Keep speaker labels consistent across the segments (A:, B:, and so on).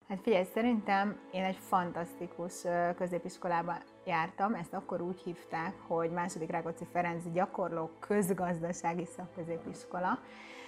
A: Hát figyelj, szerintem én egy fantasztikus középiskolában jártam, ezt akkor úgy hívták, hogy II. Rákóczi Ferenc gyakorló közgazdasági szakközépiskola,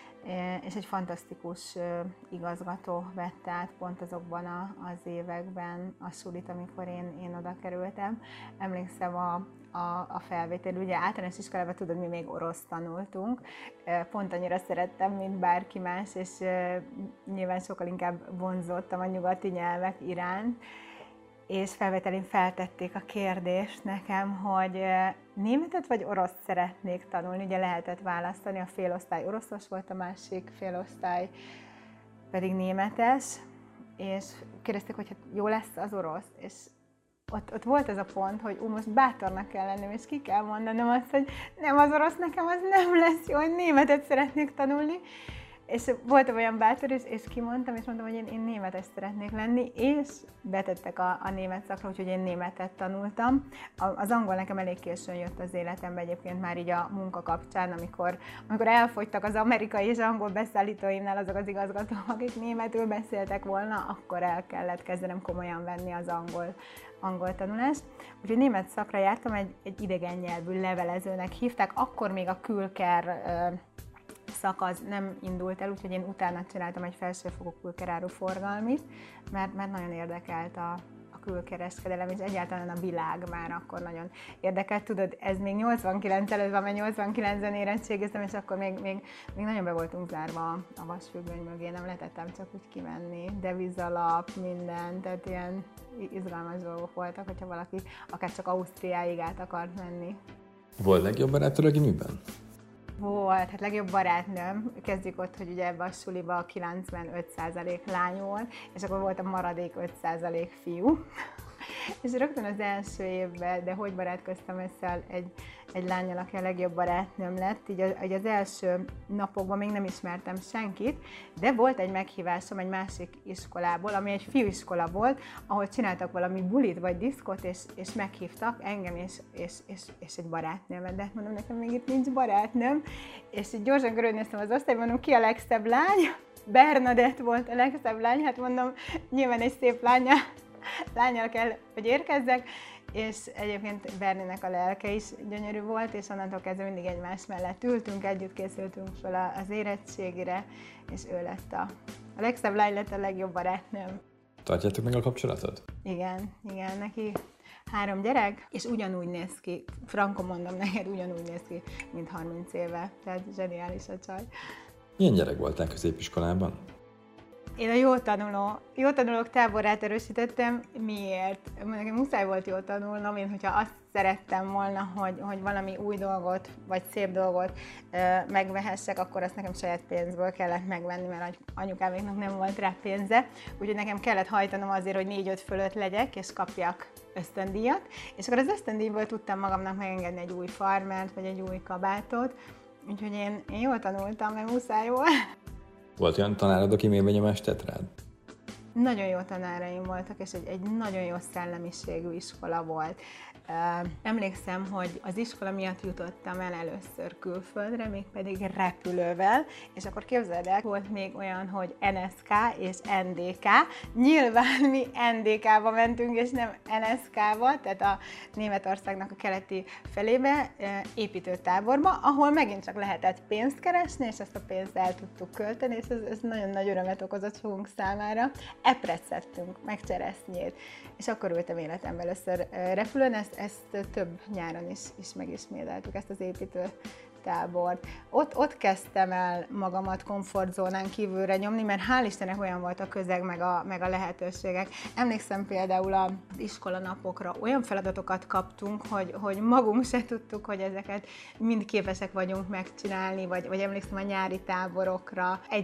A: és egy fantasztikus igazgató vett át pont azokban az években a sulit, amikor én oda kerültem. Emlékszem a felvétel, ugye általános iskolában tudod, mi még orosz tanultunk, pont annyira szerettem, mint bárki más, és nyilván sokkal inkább vonzottam a nyugati nyelvek iránt, és felvételén feltették a kérdést nekem, hogy németet vagy oroszt szeretnék tanulni, ugye lehetett választani, a félosztály oroszos volt, a másik félosztály pedig németes, és kérdezték, hogy hát jó lesz az orosz, és ott volt ez a pont, hogy most bátornak kell lennem, és ki kell mondanom azt, hogy nem az orosz, nekem az nem lesz jó, hogy németet szeretnék tanulni. És voltam olyan bátor, és kimondtam, és mondtam, hogy én németes szeretnék lenni, és betettek a német szakra, úgyhogy én németet tanultam. Az angol nekem elég későn jött az életembe, egyébként már így a munka kapcsán, amikor elfogytak az amerikai és angol beszállítóimnál azok az igazgatók, akik németül beszéltek volna, akkor el kellett kezdenem komolyan venni az angol tanulást. Úgyhogy német szakra jártam, egy idegen nyelvű levelezőnek hívták, akkor még a külker szakasz nem indult el, úgyhogy én utána csináltam egy felsőfokú külkeráru forgalmit, mert nagyon érdekelt a külkereskedelem, és egyáltalán a világ már akkor nagyon érdekelt. Tudod, ez még 89 előtt van, mert 89-ben érettségiztem, és akkor még nagyon be voltunk zárva a vasfüggöny mögé, nem lehetettem csak úgy kimenni, devizalap, minden, tehát ilyen izgalmas dolgok voltak, hogyha valaki akár csak Ausztriáig át akart menni.
B: Volt legjobb barátod a gimiben?
A: Volt, hát legjobb barátnőm, kezdjük ott, hogy ugye ebben a suliban 95% lány volt, és akkor volt a maradék 5% fiú. És rögtön az első évben, de hogy barátkoztam össze egy lánnyal, aki a legjobb barátnőm lett, így az első napokban még nem ismertem senkit, de volt egy meghívásom egy másik iskolából, ami egy fiúiskola volt, ahol csináltak valami bulit vagy diszkot, és meghívtak engem és egy barátnőmet, de mondom, nekem még itt nincs barátnőm, és így gyorsan körülnéztem az osztályban, mondom, ki a legszebb lány? Bernadett volt a legszebb lány, hát mondom, nyilván egy szép lányal kell, hogy érkezzek, és egyébként Berninek a lelke is gyönyörű volt, és onnantól kezdve mindig egymás mellett ültünk, együtt készültünk fel az érettségire, és ő lett a legszebb lány, lett a legjobb barátnőm.
B: Tartjátok meg a kapcsolatot?
A: Igen, neki 3 gyerek, és ugyanúgy néz ki, frankon mondom neked, ugyanúgy néz ki, mint 30 éve, tehát zseniális a csaj.
B: Milyen gyerek voltál középiskolában?
A: Én a jó tanulók táborát erősítettem. Miért? Nekem muszáj volt jól tanulnom, én hogyha azt szerettem volna, hogy valami új dolgot, vagy szép dolgot megvehessek, akkor azt nekem saját pénzből kellett megvenni, mert anyukáméknak nem volt rá pénze. Úgyhogy nekem kellett hajtanom azért, hogy 4-5 fölött legyek, és kapjak ösztöndíjat. És akkor az ösztöndíjból tudtam magamnak megengedni egy új farmert, vagy egy új kabátot. Úgyhogy én jól tanultam, mert muszáj volt.
B: Volt olyan tanárod, aki mély benyomást tett rád?
A: Nagyon jó tanáraim voltak, és egy nagyon jó szellemiségű iskola volt. Emlékszem, hogy az iskola miatt jutottam el először külföldre, mégpedig repülővel, és akkor képzeld el, volt még olyan, hogy NSK és NDK. Nyilván mi NDK-ba mentünk, és nem NSK-ba, tehát a Németországnak a keleti felébe, építőtáborba, ahol megint csak lehetett pénzt keresni, és ezt a pénzt el tudtuk költeni, és ez nagyon nagy örömet okozott sokunk számára. Epret szedtünk, meg cseresznyét, és akkor ültem életemben először repülőn, ezt több nyáron is megismételtük, ezt az építőtábort. Ott kezdtem el magamat komfortzónán kívülre nyomni, mert hál' Istennek olyan volt a közeg, meg a lehetőségek. Emlékszem például az iskolanapokra olyan feladatokat kaptunk, hogy magunk se tudtuk, hogy ezeket mind képesek vagyunk megcsinálni, vagy emlékszem a nyári táborokra. Egy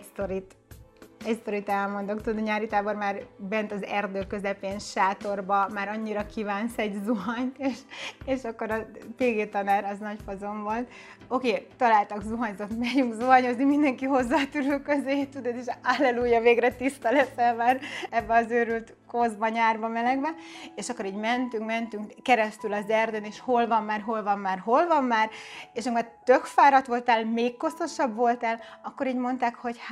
A: sztorit elmondok, tudod, a nyári tábor már bent az erdő közepén sátorba, már annyira kívánsz egy zuhanyt, és akkor a PG tanár az nagy fazon volt. Oké, találtak zuhanyzót, megyünk zuhanyozni, mindenki hozzá a tűrő közé, tudod, és halleluja, végre tiszta leszel már ebbe az őrült kózba, nyárba, melegbe, és akkor így mentünk keresztül az erdőn, és hol van már, és amikor tök fáradt voltál, még koszosabb voltál, akkor így mondták, hogy hát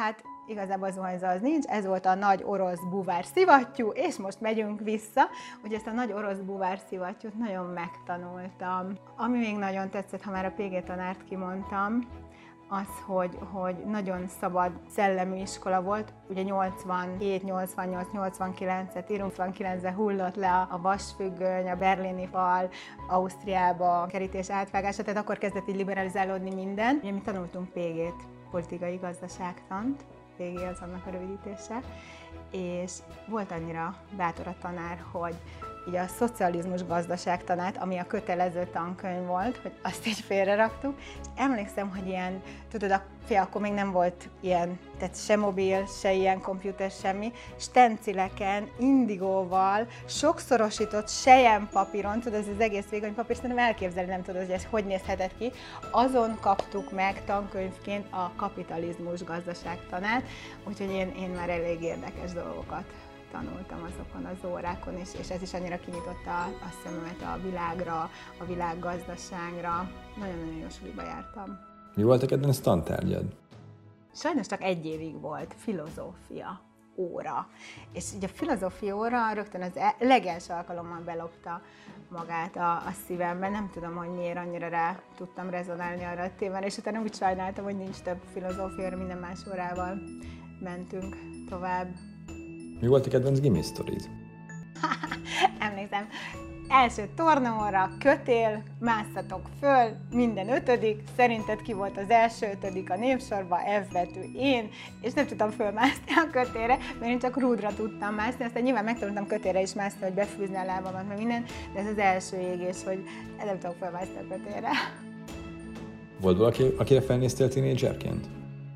A: igazából zuhanyzó az nincs, ez volt a nagy orosz buvár szivattyú, és most megyünk vissza, úgyhogy ezt a nagy orosz buvár szivattyút nagyon megtanultam. Ami még nagyon tetszett, ha már a PG tanárt kimondtam, az, hogy nagyon szabad szellemű iskola volt. Ugye 87, 88, 89-et írunk, 89-ben hullott le a vasfüggöny, a berlini fal, Ausztriába a kerítés átvágása, tehát akkor kezdett így liberalizálódni minden. Ugye mi tanultunk PG-t, politikai gazdaságtant, PG az annak a rövidítése, és volt annyira bátor a tanár, hogy így a szocializmus gazdaságtanát, ami a kötelező tankönyv volt, hogy azt így félreraktuk, és emlékszem, hogy ilyen, tudod, akkor még nem volt ilyen, tehát se mobil, se ilyen komputer, semmi, stencileken, indigóval, sokszorosított selyempapíron, tudod, ez az egész vékony papír, szerintem elképzelni nem tudod, hogy ez hogy nézhetett ki, azon kaptuk meg tankönyvként a kapitalizmus gazdaságtanát, úgyhogy én már elég érdekes dolgokat tanultam azokon az órákon, és ez is annyira kinyitotta a szememet a világra, a világgazdaságra. Nagyon-nagyon jó suliba jártam.
B: Mi volt a kedvenc tantárgyad?
A: Sajnos csak 1 évig volt filozófia óra. És így a filozófia óra rögtön az legelső alkalommal belopta magát a szívemben. Nem tudom, hogy miért annyira rá tudtam rezonálni arra a témára, és utána úgy sajnáltam, hogy nincs több filozófia óra, minden más órával mentünk tovább.
B: Mi volt a kedvenc gimi sztorid?
A: Emlékszem, első tornaóra, kötél, másszatok föl, minden 5. Szerinted ki volt az első 5. a névsorban, F betű, én, és nem tudtam fölmászni a kötélre, mert én csak rúdra tudtam mászni, aztán nyilván megtanultam kötélre is mászni, hogy befűzni a lábamat, meg minden, de ez az első égés, hogy nem tudok fölmászni a kötélre.
B: Volt valaki, akire felnéztél tínédzserként?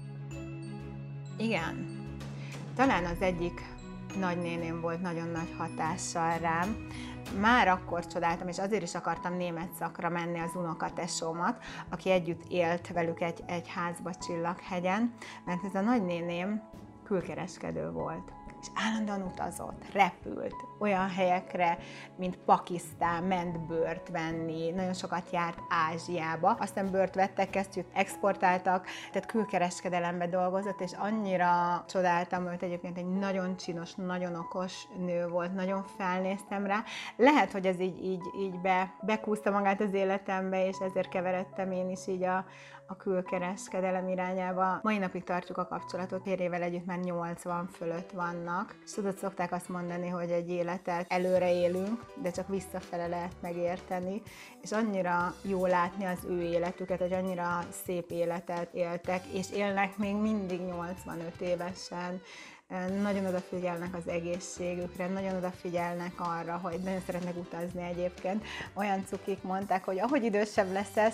A: Igen. Talán az egyik nagynéném volt nagyon nagy hatással rám. Már akkor csodáltam, és azért is akartam német szakra menni az unokatesómat, aki együtt élt velük egy házba Csillaghegyen, mert ez a nagynéném külkereskedő volt. És állandóan utazott, repült olyan helyekre, mint Pakisztán, ment bőrt venni, nagyon sokat járt Ázsiába, aztán bőrt vettek, kesztyűt exportáltak, tehát külkereskedelembe dolgozott, és annyira csodáltam őt, egyébként egy nagyon csinos, nagyon okos nő volt, nagyon felnéztem rá. Lehet, hogy ez így bekúszta magát az életembe, és ezért keveredtem én is így a külkereskedelem irányába. Mai napig tartjuk a kapcsolatot, férjével együtt már 80 fölött vannak. És tudod, szokták azt mondani, hogy egy életet előre élünk, de csak visszafele lehet megérteni. És annyira jó látni az ő életüket, hogy annyira szép életet éltek, és élnek még mindig 85 évesen. Nagyon odafigyelnek az egészségükre, nagyon odafigyelnek arra, hogy nagyon szeretnek utazni egyébként. Olyan cukik mondták, hogy ahogy idősebb leszel,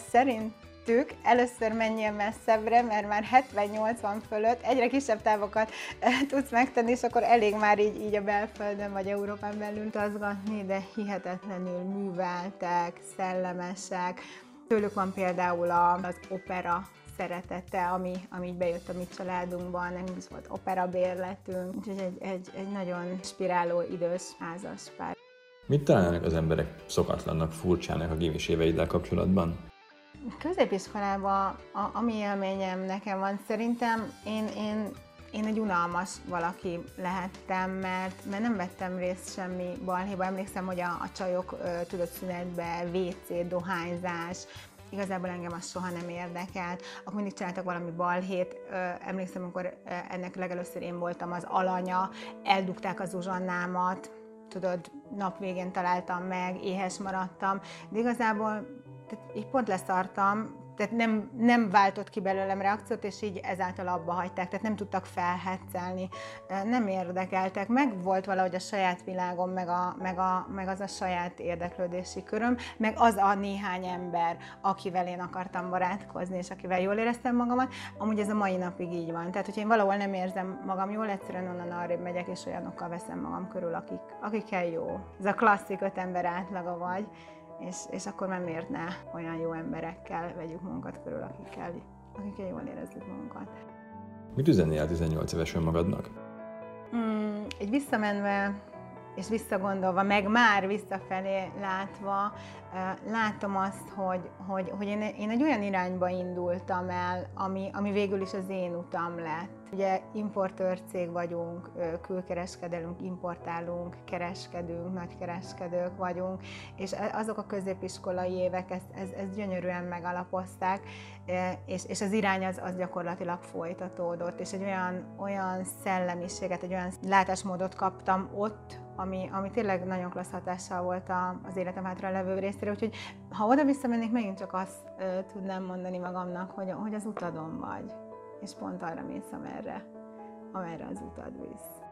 A: először menjél messzebbre, mert már 70-80 fölött egyre kisebb távokat tudsz megtenni, és akkor elég már így a belföldön vagy Európán belül utazgatni, de hihetetlenül műveltek, szellemesek. Tőlük van például az opera szeretete, ami így bejött a mi családunkban, nekünk is volt operabérletünk, úgyhogy egy nagyon inspiráló idős házaspár.
B: Mit találnak az emberek szokatlannak, furcsának a gimis éveiddel kapcsolatban?
A: Középiskolában ami élményem nekem van, szerintem én egy unalmas valaki lehettem, mert nem vettem részt semmi balhéba. Emlékszem, hogy a csajok tudott szünetbe, WC, dohányzás, igazából engem az soha nem érdekelt. Akkor mindig csináltak valami balhét. Emlékszem, amikor ennek legelőször én voltam az alanya, eldugták az uzsannámat, tudod, nap végén találtam meg, éhes maradtam, de igazából így pont leszartam, tehát nem váltott ki belőlem reakciót, és így ezáltal abba hagyták, tehát nem tudtak felhetszelni, nem érdekeltek, meg volt valahogy a saját világom, meg az a saját érdeklődési köröm, meg az a néhány ember, akivel én akartam barátkozni, és akivel jól éreztem magamat, amúgy ez a mai napig így van. Tehát, hogyha én valahol nem érzem magam jól, egyszerűen onnan arrébb megyek, és olyanokkal veszem magam körül, akikkel jó. Ez a klasszik 5 ember átlaga vagy, és akkor már miért ne olyan jó emberekkel vegyük magunkat körül, akikkel jól érezzük magunkat.
B: Mit üzennél 18 éves önmagadnak?
A: Így visszamenve és visszagondolva, meg már visszafelé látva, látom azt, hogy én egy olyan irányba indultam el, ami végül is az én utam lett. Ugye importőr cég vagyunk, külkereskedelünk, importálunk, kereskedünk, nagykereskedők vagyunk, és azok a középiskolai évek ezt gyönyörűen megalapozták, és az irány az gyakorlatilag folytatódott, és egy olyan szellemiséget, egy olyan látásmódot kaptam ott, ami tényleg nagyon klassz hatással volt az életem hátra levő részére, úgyhogy ha oda visszamennék, megint csak azt tudnám mondani magamnak, hogy az utadon vagy, és pont arra mész, amerre az utad visz.